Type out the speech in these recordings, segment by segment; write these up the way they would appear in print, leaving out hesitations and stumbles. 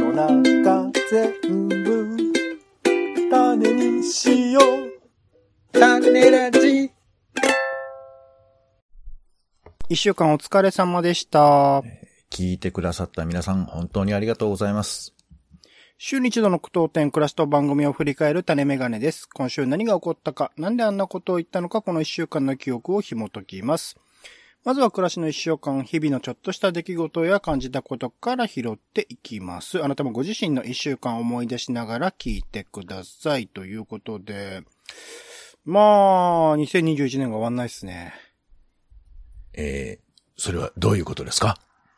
中全部種にしよう。 種ラジ。 一週間お疲れ様でした。 聞いてくださった皆さん、本当にありがとうございます。 週に一度の句読点、暮らしと番組を振り返る種メガネです。今週何が起こったか、なんであんなことを言ったのか、この一週間の記憶を紐解きます。まずは暮らしの一週間、日々のちょっとした出来事や感じたことから拾っていきます。あなたもご自身の一週間を思い出しながら聞いてください。ということで、まあ、2021年が終わんないっすね。 それはどういうことですか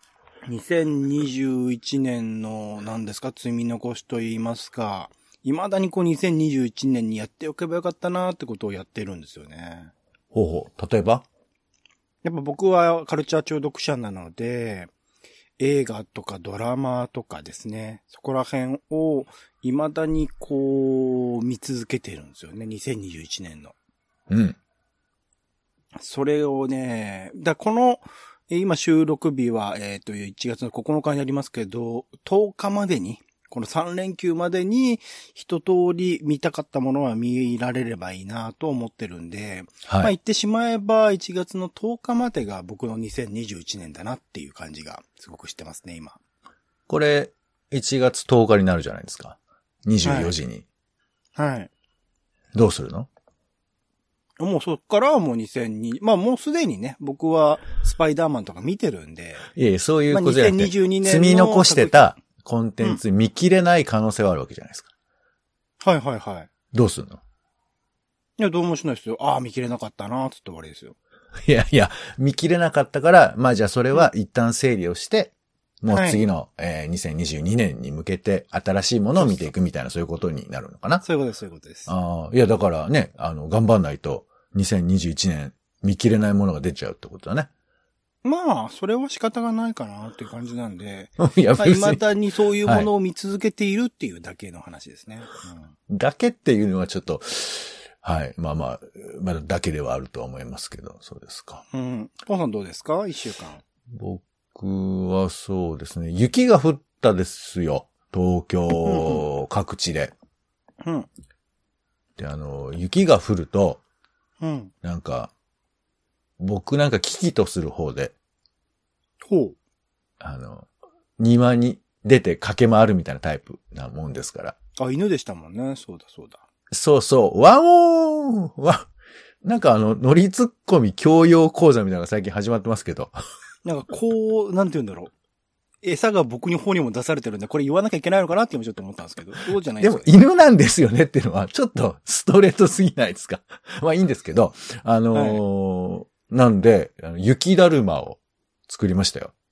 ？2021年の何ですか、積み残しと言いますか、未だにこう2021年にやっておけばよかったなーってことをやってるんですよね。 ほうほう。例えば？ やっぱ僕はカルチャー中毒者なので、映画とかドラマとかですね、そこら辺を未だにこう見続けてるんですよね、2021年の。 うん。 それをね、この、今収録日は、1月の9日になりますけど、10日までに、この3連休までに一通り見たかったものは見られればいいなと思ってるんで、 はい。 まあ言ってしまえば1月の10日までが僕の2021年だなっていう感じがすごくしてますね、今。 これ、1月10日になるじゃないですか。24時に。 はい。 どうするの？ もうそっからはもう2002、まあもうすでにね、僕はスパイダーマンとか見てるんで。 いえ、そういうことじゃなくて、 2022年の積み残してたコンテンツ見切れない可能性はあるわけじゃないですか。 はいはいはい。 どうするの？ いや、どうもしないですよ。ああ、見切れなかったなーつって終わりですよ。 いやいや、見切れなかったから、まあじゃあそれは一旦整理をして、もう次の、2022年に向けて新しいものを見ていくみたいなそういうことになるのかな？ そういうことです、そういうことです。 ああ、いやだからね、頑張んないと2021年見切れないものが出ちゃうってことだね。 まあ、それは仕方がないかなっていう感じなんで、 いや、 まあ、未だにそういうものを見続けているっていうだけの話ですね。 だけっていうのはちょっと、はい。まあまあ、まだだけではあるとは思いますけど、そうですか。 うん。ポンさんどうですか？一週間。 僕はそうですね。雪が降ったですよ。東京各地で。 うん。 で、雪が降ると、 うん。 なんか、僕なんか危機とする方で、 ほう。 庭に出て駆け回るみたいなタイプなもんですから。 あ、犬でしたもんね。そうだそうだ。 そうそう。ワンオーなんか乗りツッコミ教養講座みたいなのが最近始まってますけど。 なんかこう、なんて言うんだろう。餌が僕の方にも出されてるんで、これ言わなきゃいけないのかなって今ちょっと思ったんですけど、そうじゃないですか。 でも犬なんですよねっていうのはちょっとストレートすぎないですか。まあいいんですけど、なんで、雪だるまを作りましたよ。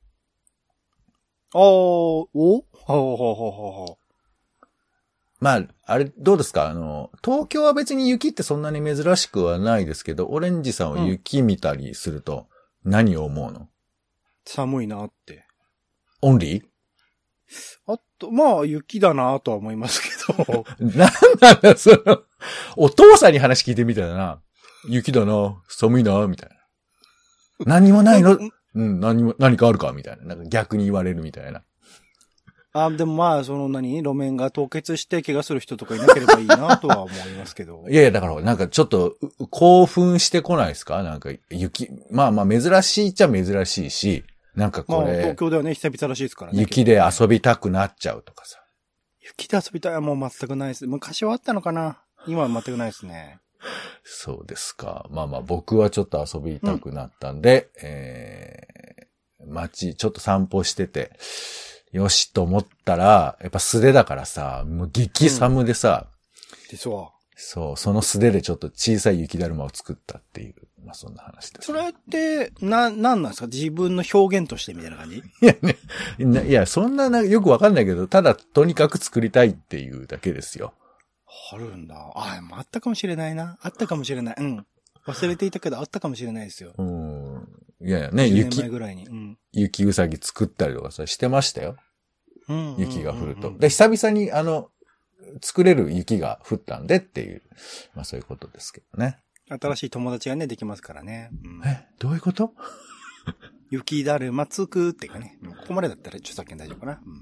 おほうほうほうほう。 まあ、あれ、どうですか？東京は別に雪ってそんなに珍しくはないですけど、オレンジさんは雪見たりすると何を思うの？ 寒いなって。 オンリー？ あと、まあ、雪だなとは思いますけど。 なんなんだ、お父さんに話聞いてみたらな。雪だな、寒いな、みたいな。何もないの？うん、何かあるかみたいな。なんか逆に言われるみたいな。 あ、でもまあ、路面が凍結して怪我する人とかいなければいいなとは思いますけど。 いやいや、だからなんかちょっと興奮してこないですか？なんか雪、まあまあ珍しいっちゃ珍しいし、なんかこれ。 まあ、東京ではね、久々らしいですからね。 雪で遊びたくなっちゃうとかさ。 雪で遊びたいはもう全くないです。昔はあったのかな？今は全くないですね。 そうですか。まあまあ僕はちょっと遊びたくなったんで、街ちょっと散歩してて、よしと思ったら、やっぱ素手だからさ、もう激寒でさ、 実は。 そう、その素手でちょっと小さい雪だるまを作ったっていう、まあそんな話です。 それって、なんなんですか？自分の表現としてみたいな感じ？ いやね、いや、そんなよくわかんないけど、ただとにかく作りたいっていうだけですよ。 あるんだ。あったかもしれないな。あったかもしれない。うん。忘れていたけどあったかもしれないですよ。 いやいやね、 10年前ぐらいに。 雪うさぎ作ったりとかさ、してましたよ。雪が降ると。 で、 で、久々に作れる雪が降ったんでっていう、まあそういうことですけどね。 新しい友達がね、できますからね。 どういうこと？ 雪だるまつくっていうかね。ここまでだったら著作権大丈夫かな。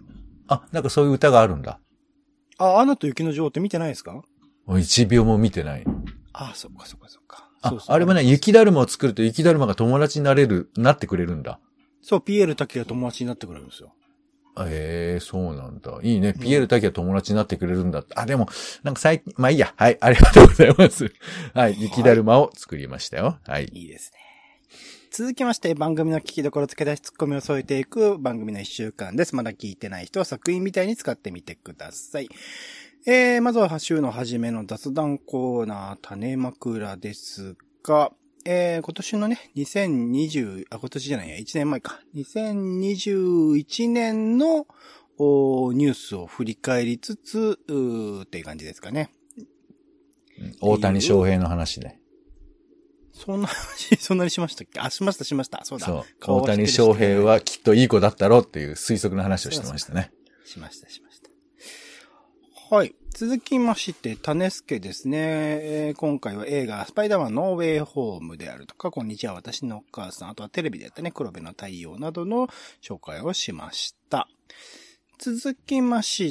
あ、なんかそういう歌があるんだ。 あ、アナと雪の女王って見てないですか？ 一秒も見てない。 あ、そっかそっかそっか。 あ、 そうそうあれもね、雪だるまを作ると雪だるまが友達になってくれるんだ。 そう、ピエール滝が友達になってくれるんですよ。 そうなんだ。いいね。ピエール滝が友達になってくれるんだ。あ、でも、なんか最近、まあいいや。はい、ありがとうございます。はい、雪だるまを作りましたよ。はい。 いいですね。続きまして、番組の聞きどころ付け出しツッコミを添えていく番組の1週間です。まだ聞いてない人は作品みたいに使ってみてください。まずは週の初めの雑談コーナー、種枕ですが、今年のね、今年じゃないや、1年前か。2021年のニュースを振り返りつつ、っていう感じですかね。 大谷翔平の話ね。 そんな話、そんなにしましたっけ？あ、しました。そうだ。 そう。大谷翔平はきっといい子だったろうっていう推測の話をしてましたね。 しました。はい。続きまして、種助ですね。今回は映画、スパイダーマンノーウェイホームであるとか、こんにちは、私のお母さん、あとはテレビでやったね、黒部の太陽などの紹介をしました。続きまして、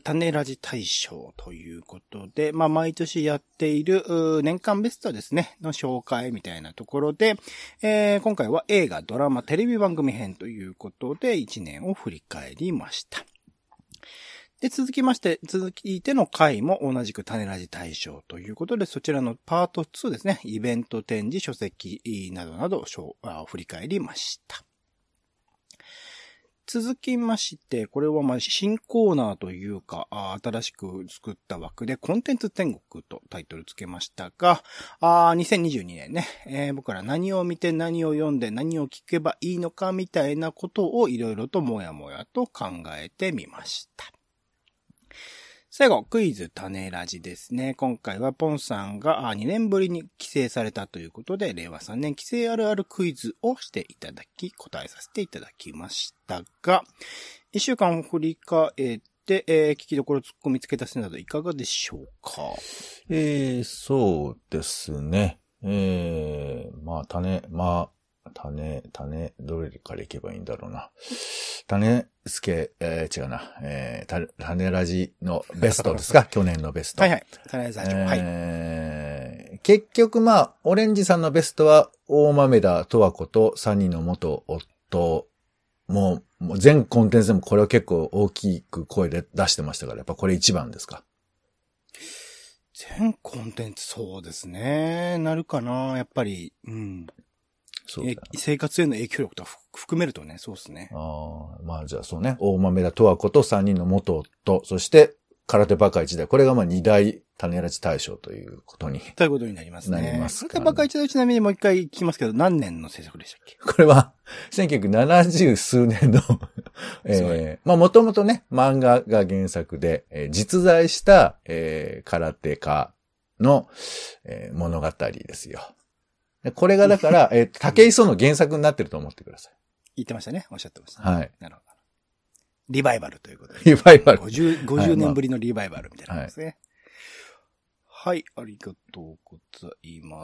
種ラジ大賞ということで、まあ、毎年やっている、年間ベストですね、の紹介みたいなところで、今回は映画、ドラマ、テレビ番組編ということで、1年を振り返りました。で、続いての回も同じく種ラジ大賞ということで、そちらのパート2ですね、イベント展示、書籍などなどを振り返りました。続きまして、これはまあ新コーナーというか、新しく作った枠でコンテンツ天国とタイトルつけましたが、2022年ね、僕ら何を見て何を読んで何を聞けばいいのかみたいなことをいろいろともやもやと考えてみました。最後、クイズ種ラジですね。今回はポンさんが2年ぶりに帰省されたということで、令和3年帰省あるあるクイズをしていただき、答えさせていただきましたが、1週間を振り返って、聞きどころツッコミつけ出せなどいかがでしょうか？ そうですね。どれからいけばいいんだろうな。種ラジのベストですか？去年のベスト。 はい。種ラジはい。 結局オレンジさんのベストは、大豆田十和子と3人の元夫。もう全コンテンツでもこれは結構大きく声で出してましたから、やっぱこれ一番ですか？ 全コンテンツそうですね。なるかな、やっぱり。うん。そうだね、生活への影響力と含めるとね、そうですね。 じゃあそうね。大豆田十和子と3人の元夫、そして空手バカ一代。これが2大種ラジ大賞ということに。 ということになりますね。 なりますかね。 空手バカ一代ちなみにもう一回聞きますけど、何年の制作でしたっけ？ これは、1970数年の、もともとね、漫画が原作で、実在した、空手家の、物語ですよ。これがだから、武井壮の原作になってると思ってください。 言ってましたね。おっしゃってましたね。はい。 なるほど。リバイバルということで。 リバイバル。 50年ぶりのリバイバルみたいなですね。はい、ありがとうございます。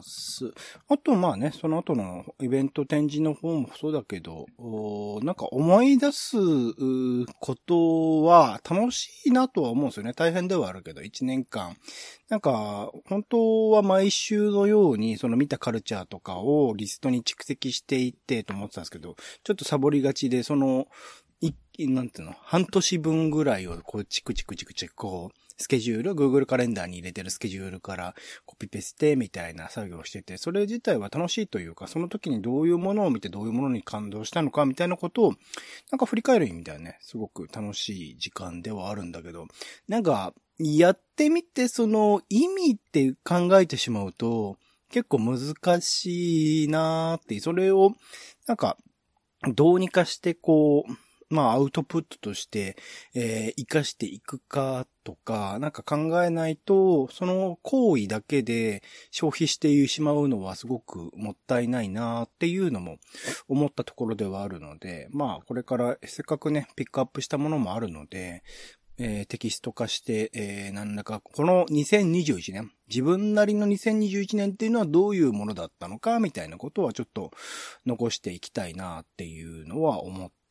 あとその後のイベント展示の方もそうだけど、なんか思い出すことは楽しいなとは思うんですよね。大変ではあるけど、1年間。なんか、本当は毎週のように、その見たカルチャーとかをリストに蓄積していってと思ってたんですけど、ちょっとサボりがちで、なんていうの、半年分ぐらいをチクスケジュール、Google カレンダーに入れてるスケジュールからコピペしてみたいな作業をしてて、それ自体は楽しいというか、その時にどういうものを見てどういうものに感動したのかみたいなことを、なんか振り返る意味ではね、すごく楽しい時間ではあるんだけど、なんか、やってみてその意味って考えてしまうと、結構難しいなーって、それを、なんか、どうにかしてアウトプットとして、活かしていくかとか、なんか考えないと、その行為だけで消費してしまうのはすごくもったいないなっていうのも思ったところではあるので、これからせっかくね、ピックアップしたものもあるので、テキスト化して、何らか、この2021年、自分なりの2021年っていうのはどういうものだったのか、みたいなことはちょっと残していきたいなっていうのは思って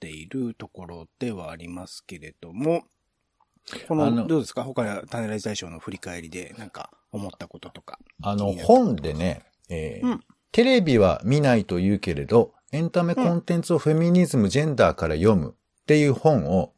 っているところではありますけれども、この、どうですか？他や種ラジ大賞の振り返りでなんか思ったこととか。 本でね、テレビは見ないと言うけれど、エンタメコンテンツをフェミニズム、ジェンダーから読むっていう本を、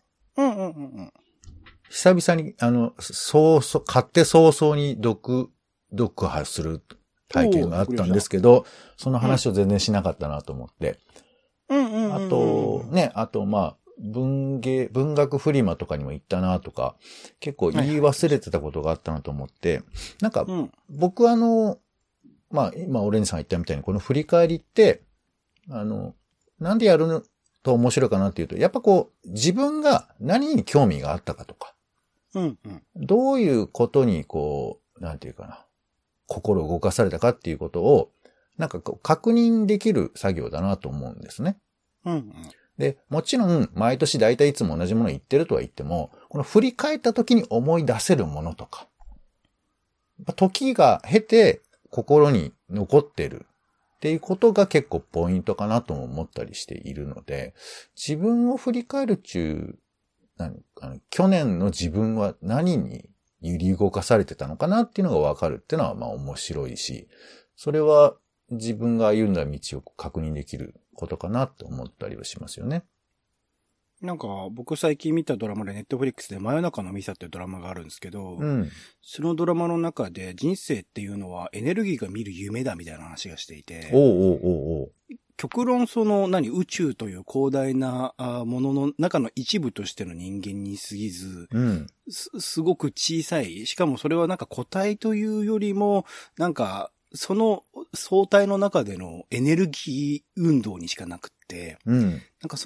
久々に、買って早々に読破する体験があったんですけど、その話を全然しなかったなと思って。あと、まあ、文学フリマとかにも行ったなとか、結構言い忘れてたことがあったなと思って、なんか、僕まあ、今、オレンジさんが言ったみたいに、この振り返りって、なんでやると面白いかなっていうと、やっぱこう、自分が何に興味があったかとか、どういうことにこう、なんていうかな、心を動かされたかっていうことを、なんかこう、確認できる作業だなと思うんですね。で、もちろん、毎年大体いつも同じものを言ってるとは言っても、この振り返った時に思い出せるものとか、時が経て心に残ってるっていうことが結構ポイントかなとも思ったりしているので、自分を振り返る去年の自分は何に揺り動かされてたのかなっていうのがわかるっていうのはまあ面白いし、それは自分が歩んだ道を確認できることかなと思ったりはしますよね。 なんか僕最近見たドラマでネットフリックスで真夜中のミサっていうドラマがあるんですけど、そのドラマの中で人生っていうのはエネルギーが見る夢だみたいな話がしていて、極論宇宙という広大なものの中の一部としての人間に過ぎず、すごく小さい、しかもそれはなんか個体というよりも、なんかその相対の中でのエネルギー運動にしかなくって、なんか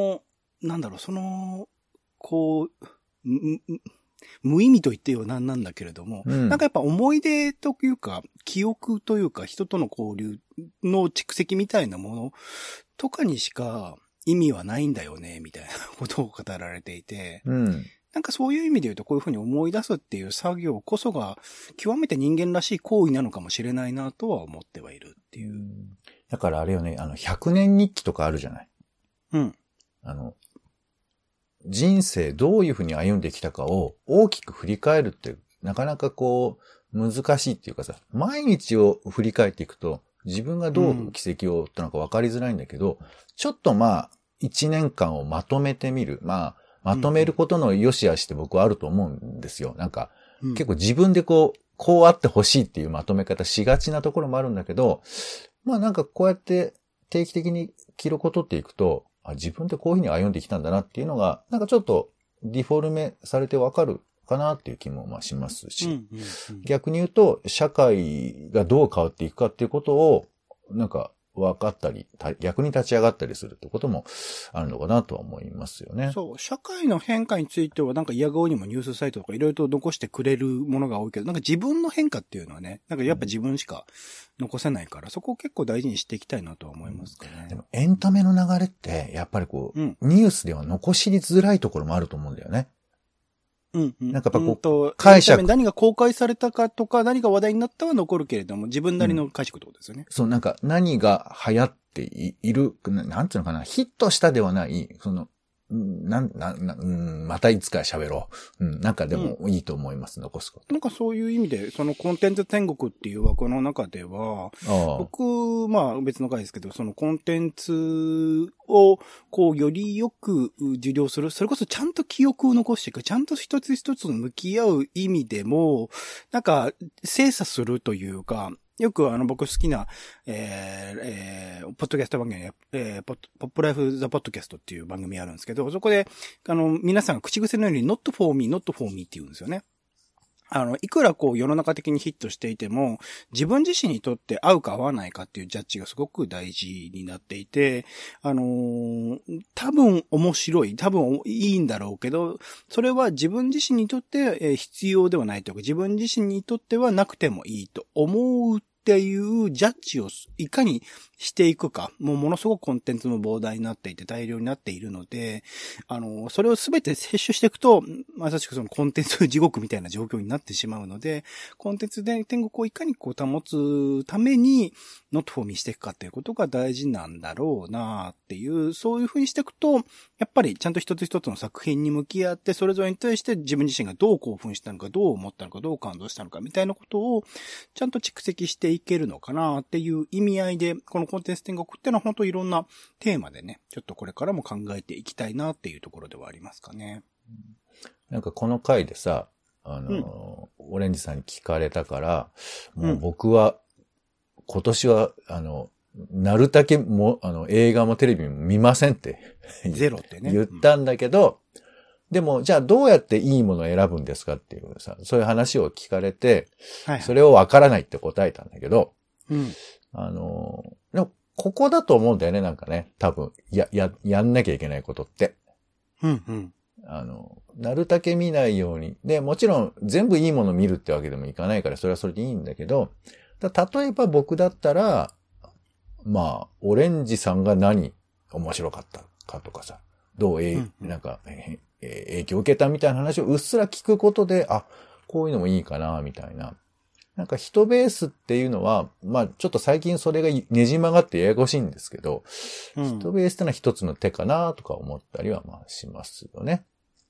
こう、無意味と言ってよなんなんだけれども、なんかやっぱ思い出というか、記憶というか、人との交流の蓄積みたいなものとかにしか意味はないんだよね、みたいなことを語られていて、なんかそういう意味で言うとこういうふうに思い出すっていう作業こそが極めて人間らしい行為なのかもしれないなとは思ってはいるっていう。 だからあれよね、100年日記とかあるじゃない。人生どういうふうに歩んできたかを大きく振り返るってなかなかこう難しいっていうかさ、毎日を振り返っていくと自分がどう軌跡を追ったのか分かりづらいんだけど、ちょっとまあ1年間をまとめてみる。まとめることの良し悪しって僕はあると思うんですよ。なんか結構自分でこうあってほしいっていうまとめ方しがちなところもあるんだけど、まあなんかこうやって定期的に記録を取っていくと、自分ってこういうふうに歩んできたんだなっていうのが、なんかちょっとデフォルメされてわかるかなっていう気もしますし、逆に言うと、社会がどう変わっていくかっていうことを、なんか分かったり、逆に立ち上がったりするってこともあるのかなとは思いますよね。 そう、社会の変化についてはなんか嫌顔にもニュースサイトとかいろいろと残してくれるものが多いけど、なんか自分の変化っていうのはね、なんかやっぱ自分しか残せないから、そこを結構大事にしていきたいなとは思いますかね。 でもエンタメの流れって、やっぱりニュースでは残しづらいところもあると思うんだよね。なんかやっぱ解釈。 何が公開されたかとか、何が話題になったは残るけれども、自分なりの解釈ってことですよね。 そう、なんか何が流行っている、なんていうのかな、ヒットしたではない、またいつか喋ろう。なんかでもいいと思います、残すこと。 なんかそういう意味で、そのコンテンツ天国っていう枠の中では、僕、まあ別の回ですけど、そのコンテンツを、よりよく受領する、それこそちゃんと記憶を残していく、ちゃんと一つ一つ向き合う意味でも、なんか精査するというか、よく僕好きな、ポッドキャスト番組、ポップライフザポッドキャストっていう番組あるんですけど、そこで、皆さんが口癖のように not for me, not for me って言うんですよね。いくら世の中的にヒットしていても、自分自身にとって合うか合わないかっていうジャッジがすごく大事になっていて、多分面白い、多分いいんだろうけど、それは自分自身にとって必要ではないというか、自分自身にとってはなくてもいいと思うっていうジャッジをいかにしていくか、ものすごくコンテンツも膨大になっていて大量になっているので、それをすべて摂取していくと、まさしくそのコンテンツ地獄みたいな状況になってしまうので、コンテンツで天国をいかにこう保つために、not for me していくかっていうことが大事なんだろうなっていう、そういうふうにしていくと、やっぱりちゃんと一つ一つの作品に向き合って、それぞれに対して自分自身がどう興奮したのか、どう思ったのか、どう感動したのかみたいなことを、ちゃんと蓄積していけるのかなっていう意味合いで、このコンテンツ天国っていうのは本当いろんなテーマでね、ちょっとこれからも考えていきたいなっていうところではありますかね。 なんかこの回でさ、オレンジさんに聞かれたから、もう僕は、今年は、なるだけも、映画もテレビも見ませんってゼロってね。 言ったんだけど、でも、じゃあどうやっていいものを選ぶんですかっていうさ、そういう話を聞かれて、 はいはい、 それをわからないって答えたんだけど、 うん、 でも、ここだと思うんだよね、なんかね。多分、やんなきゃいけないことって。 うんうん、 なるだけ見ないように。で、もちろん全部いいものを見るってわけでもいかないから、それはそれでいいんだけど、例えば僕だったら、まあ、オレンジさんが何面白かったかとかさ、どうなんか、影響を受けたみたいな話をうっすら聞くことで、あ、こういうのもいいかな、みたいな。なんか人ベースっていうのは、まあちょっと最近それがねじ曲がってややこしいんですけど、人ベースってのは一つの手かなとか思ったりはまあしますよね。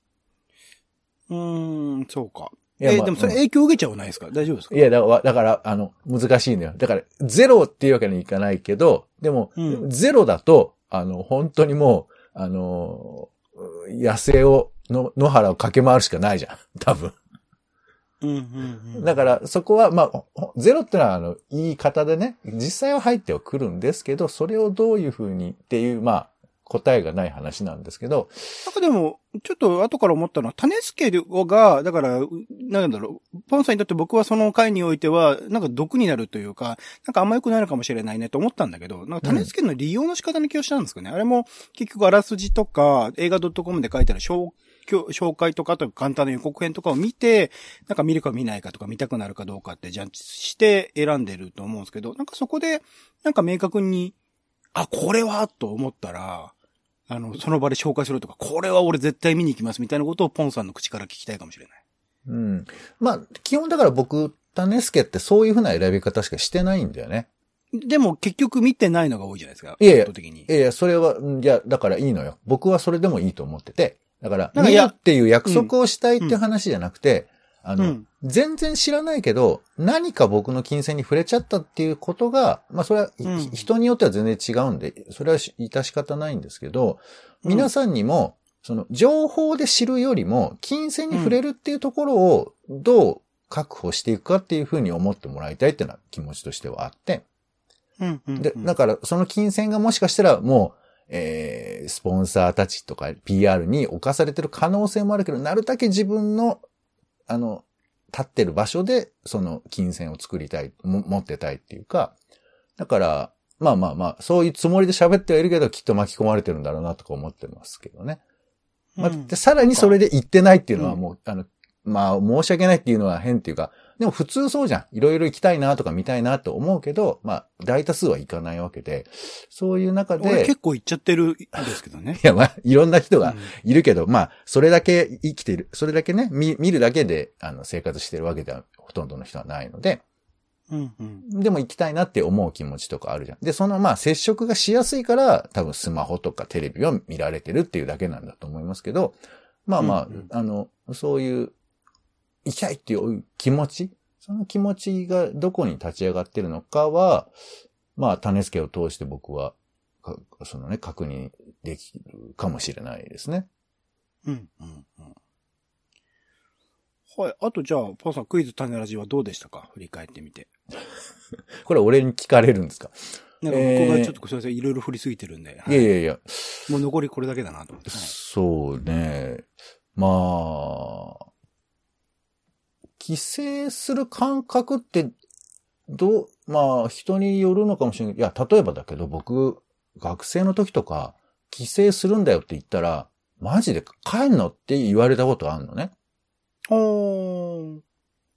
そうか。でもそれ影響受けちゃわないですか？大丈夫ですか？ いや、だから、難しいんだよ。だから、ゼロっていうわけにいかないけど、でも、ゼロだと、本当にもう、野生野原を駆け回るしかないじゃん。多分。だから、そこは、まあ、ゼロってのは、言い方でね、実際は入ってはくるんですけど、それをどういうふうにっていう、まあ、答えがない話なんですけど。 なんかでも、ちょっと後から思ったのは、種助が、だから、なんだろう、ポンさんにとって僕はその回においては、なんか毒になるというか、なんかあんま良くないのかもしれないねと思ったんだけど、なんか種助の利用の仕方の気がしたんですかね。あれも、結局あらすじとか、映画 .com で書いてある紹介とかと簡単な予告編とかを見て、なんか見るか見ないかとか見たくなるかどうかってジャッジして選んでると思うんですけど、なんかそこで、なんか明確に、あ、これはと思ったら、その場で紹介するとか、これは俺絶対見に行きますみたいなことをポンさんの口から聞きたいかもしれない。 うん。まあ、基本だから僕、種助ってそういうふうな選び方しかしてないんだよね。 でも結局見てないのが多いじゃないですか。 いやいや、 的に。 いや、それは、いや、だからいいのよ。僕はそれでもいいと思ってて。だから、見るっていう約束をしたいっていう話じゃなくて、全然知らないけど、何か僕の金銭に触れちゃったっていうことが、まあそれは、人によっては全然違うんで、それは致し方ないんですけど、皆さんにも、その情報で知るよりも、金銭に触れるっていうところをどう確保していくかっていうふうに思ってもらいたいっていうのは気持ちとしてはあって、で、だからその金銭がもしかしたらもう、スポンサーたちとか PR に侵されてる可能性もあるけど、なるだけ自分の立ってる場所で、その金銭を作りたい、持ってたいっていうか、だから、まあ、そういうつもりで喋ってはいるけど、きっと巻き込まれてるんだろうなとか思ってますけどね。でさらにそれで言ってないっていうのはもう、まあ、申し訳ないっていうのは変っていうか、でも普通そうじゃん。いろいろ行きたいなとか見たいなと思うけど、まあ、大多数は行かないわけで、そういう中で。 俺結構行っちゃってるんですけどね。 いや、まあ、いろんな人がいるけど、まあ、それだけ生きている、それだけね、見るだけで、生活してるわけでは、ほとんどの人はないので、でも行きたいなって思う気持ちとかあるじゃん。で、まあ、接触がしやすいから、多分スマホとかテレビを見られてるっていうだけなんだと思いますけど、まあ、そういう、行きたいっていう気持ち、その気持ちがどこに立ち上がってるのかは、まあ、種付けを通して僕は、確認できるかもしれないですね。 はい。あとじゃあ、パンさんクイズ種ラジはどうでしたか？振り返ってみて。 これ俺に聞かれるんですか？ なんか僕がちょっとすいません、いろいろ振りすぎてるんで。 はい、いや。 もう残りこれだけだなと思って。 そうね。まあ、帰省する感覚って、まあ、人によるのかもしれない。いや、例えばだけど、僕、学生の時とか、帰省するんだよって言ったら、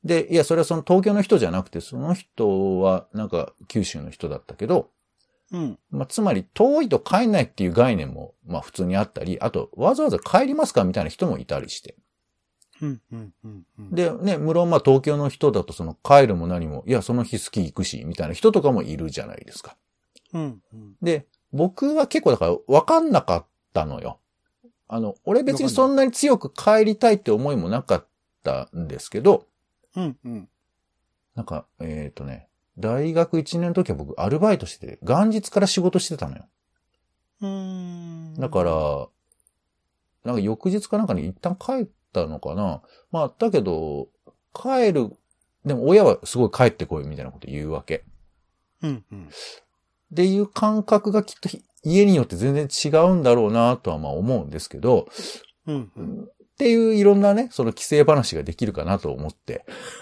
で、いや、それはその東京の人じゃなくて、その人はなんか九州の人だったけど、まあ、つまり遠いと帰んないっていう概念も、まあ普通にあったり、あとわざわざ帰りますかみたいな人もいたりして。で、ね、無論まあ東京の人だとその帰るも何も、いや、その日スキー行くし、みたいな人とかもいるじゃないですか。で、僕は結構だから分かんなかったのよ。俺別にそんなに強く帰りたいって思いもなかったんですけど、なんか、大学1年の時は僕アルバイトしてて、元日から仕事してたのよ。だから、なんか翌日かなんかに一旦帰ったのかな。まあ、だけど、帰る、でも親はすごい帰ってこいみたいなこと言うわけ。っていう感覚がきっと家によって全然違うんだろうなとはまあ思うんですけど、っていういろんなね、その規制話ができるかなと思って、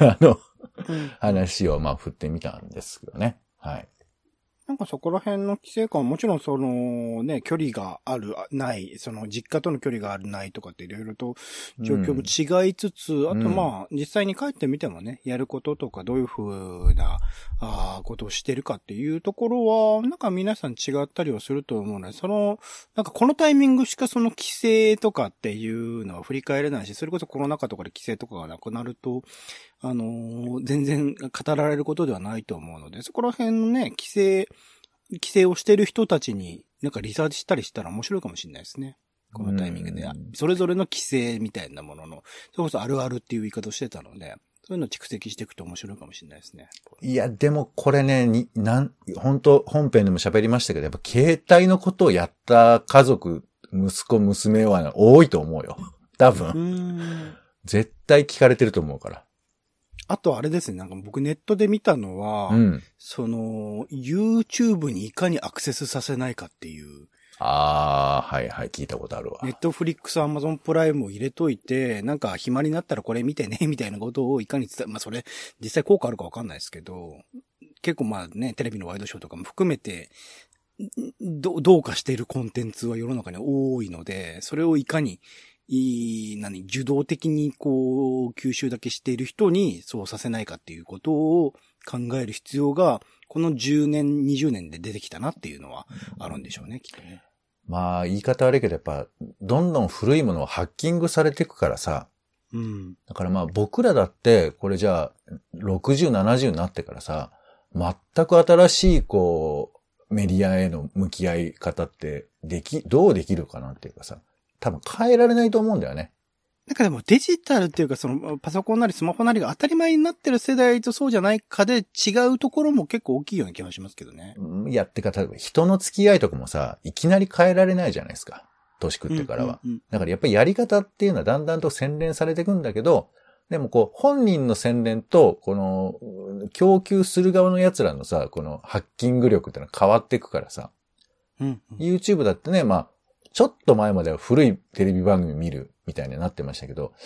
話をまあ振ってみたんですけどね。はい。 なんかそこら辺の規制感はもちろんそのね、距離がある、ない、その実家との距離がある、ないとかっていろいろと状況も違いつつ、あとまあ実際に帰ってみてもね、やることとかどういう風なことをしてるかっていうところは、なんか皆さん違ったりはすると思うので、なんかこのタイミングしかその規制とかっていうのは振り返れないし、それこそコロナ禍とかで規制とかがなくなると、全然語られることではないと思うので、そこら辺のね、規制をしてる人たちになんかリサーチしたりしたら面白いかもしれないですね。このタイミングで。それぞれの規制みたいなものの、それこそあるあるっていう言い方をしてたので、そういうのを蓄積していくと面白いかもしれないですね。 いや、でもこれね、本当本編でも喋りましたけど、やっぱ携帯のことをやった家族、息子、娘は多いと思うよ。多分。絶対聞かれてると思うから。 あとあれですね、なんか僕ネットで見たのは、YouTube にいかにアクセスさせないかっていう。 はいはい、聞いたことあるわ。 ネットフリックス、アマゾンプライムを入れといて、なんか暇になったらこれ見てね、みたいなことをいかに伝え、まあそれ、実際効果あるかわかんないですけど、結構まあね、テレビのワイドショーとかも含めて、どうかしているコンテンツは世の中に多いので、それをいかに、受動的に吸収だけしている人にそうさせないかっていうことを考える必要が、この10年、20年で出てきたなっていうのはあるんでしょうね、きっとね。 まあ、言い方悪いけど、やっぱ、どんどん古いものをハッキングされていくからさ。だからまあ、僕らだって、これじゃあ、60、70になってからさ、全く新しい、メディアへの向き合い方って、どうできるかなっていうかさ。多分変えられないと思うんだよね。 なんかでもデジタルっていうかそのパソコンなりスマホなりが当たり前になってる世代とそうじゃないかで違うところも結構大きいような気がしますけどね。 いや、ってか、例えば人の付き合いとかもさ、いきなり変えられないじゃないですか。年食ってからは。だからやっぱりやり方っていうのはだんだんと洗練されていくんだけど、でも本人の洗練と、供給する側の奴らのさ、ハッキング力ってのは変わっていくからさ。YouTube だってね、まあ、ちょっと前までは古いテレビ番組見るみたいになってましたけど、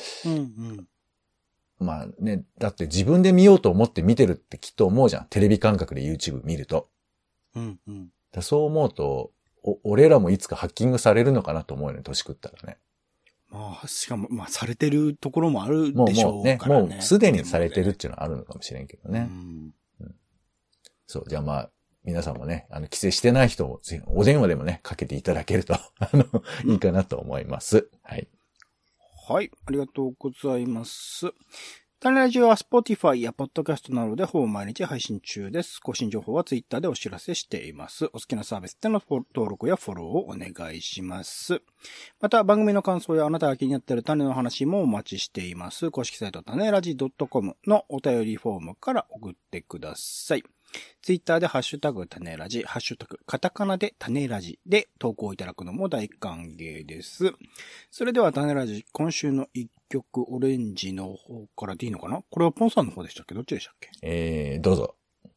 まあね、だって自分で見ようと思って見てるってきっと思うじゃん。テレビ感覚で YouTube 見ると。そう思うと、俺らもいつかハッキングされるのかなと思うよね、年食ったらね。 まあ、しかも、まあ、されてるところもあるでしょうからね。 もうすでにされてるっていうのはあるのかもしれんけどね。そう、じゃあまあ、皆さんもね、規制してない人をお電話でもね、かけていただけると、いいかなと思います。はい。 はい、ありがとうございます。タネラジオは Spotify や Podcast などでほぼ毎日配信中です。更新情報は Twitter でお知らせしています。お好きなサービスでの登録やフォローをお願いします。また番組の感想やあなたが気になっている種の話もお待ちしています。公式サイト種ラジ .com のお便りフォームから送ってください。ツイッターでハッシュタグ種ラジ、ハッシュタグカタカナで種ラジで投稿いただくのも大歓迎です。それでは種ラジ、今週の一曲オレンジの方からでいいのかな？これはポンさんの方でしたっけ？どっちでしたっけ？ どうぞ。 はい。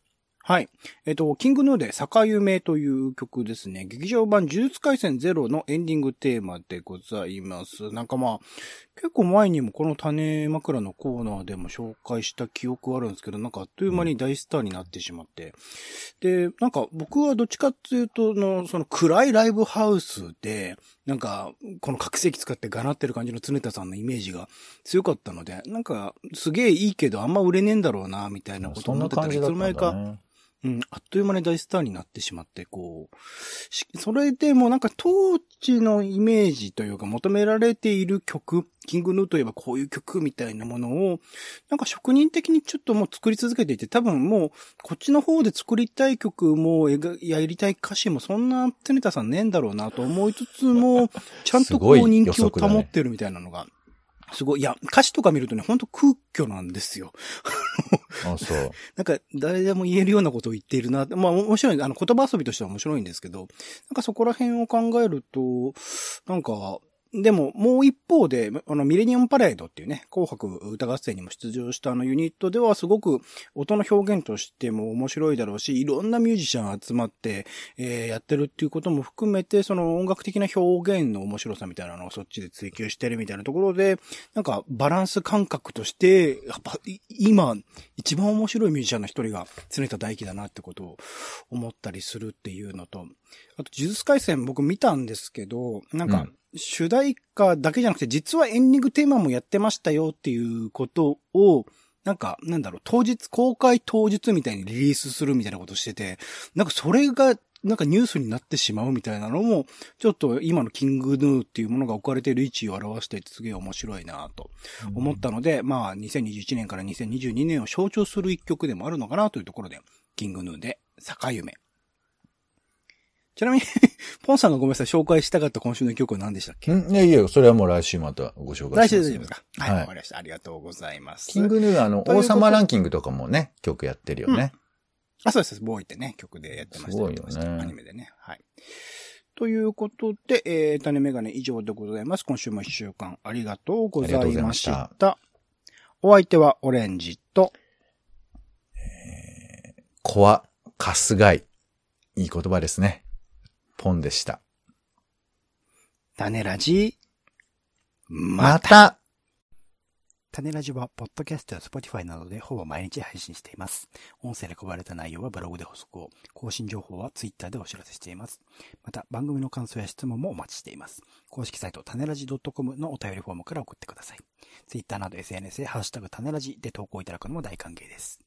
はい。キングヌーで逆夢という曲ですね。劇場版呪術廻戦ゼロのエンディングテーマでございます。なんかまあ、結構前にもこの種枕のコーナーでも紹介した記憶はあるんですけど、なんかあっという間に大スターになってしまって。で、なんか僕はどっちかっていうとその暗いライブハウスで、なんか、この拡声器使ってがなってる感じの常田さんのイメージが強かったので、なんか、すげえいいけどあんま売れねえんだろうな、みたいなことを思ってたら、いつの間にか、あっという間に大スターになってしまって、こう、それでもなんか当時のイメージというか求められている曲、キングヌーといえばこういう曲みたいなものを、なんか職人的にちょっともう作り続けていて、多分もうこっちの方で作りたい曲もやりたい歌詞もそんな常田さんねえんだろうなと思いつつも、ちゃんとこう人気を保ってるみたいなのが、すごい。いや、歌詞とか見るとね、ほんと空虚なんですよ。 あ、そう。 なんか、誰でも言えるようなことを言っているな。まあ、面白い。言葉遊びとしては面白いんですけど、なんかそこら辺を考えると、なんか、でも、もう一方で、ミレニアムパレードっていうね、紅白歌合戦にも出場したユニットではすごく音の表現としても面白いだろうし、いろんなミュージシャン集まって、やってるっていうことも含めて、その音楽的な表現の面白さみたいなのをそっちで追求してるみたいなところで、なんかバランス感覚として、やっぱ今、一番面白いミュージシャンの一人が常田大輝だなってことを思ったりするっていうのと、あと、呪術廻戦僕見たんですけど、なんか、主題歌だけじゃなくて、実はエンディングテーマもやってましたよっていうことを、なんか、公開当日みたいにリリースするみたいなことをしてて、なんかそれが、なんかニュースになってしまうみたいなのも、ちょっと今のキングヌーっていうものが置かれている位置を表していてすげえ面白いなと思ったので、まあ2021年から2022年を象徴する一曲でもあるのかなというところで、キングヌーで逆夢。ちなみに、ポンさんがごめんなさい、紹介したかった今週の曲は何でしたっけ？ いや、それはもう来週またご紹介します。 来週大丈夫ですか？はい、わかりました。ありがとうございます。 キングヌー王様ランキングとかもね、曲やってるよね。 そうです。ボーイってね、曲でやってました。 すごいよね。 アニメでね。はい。ということで、種メガネ以上でございます。今週も1週間ありがとうございました。お相手はオレンジと、 コア、カスガイ。いい言葉ですね。ポンでした。 種ラジ、 また。 種ラジは、ポッドキャストやスポティファイなどでほぼ毎日配信しています。音声で配られた内容はブログで補足を、更新情報はツイッターでお知らせしています。また、番組の感想や質問もお待ちしています。公式サイト、種ラジ .com のお便りフォームから送ってください。ツイッターなど SNS でハッシュタグ種ラジで投稿いただくのも大歓迎です。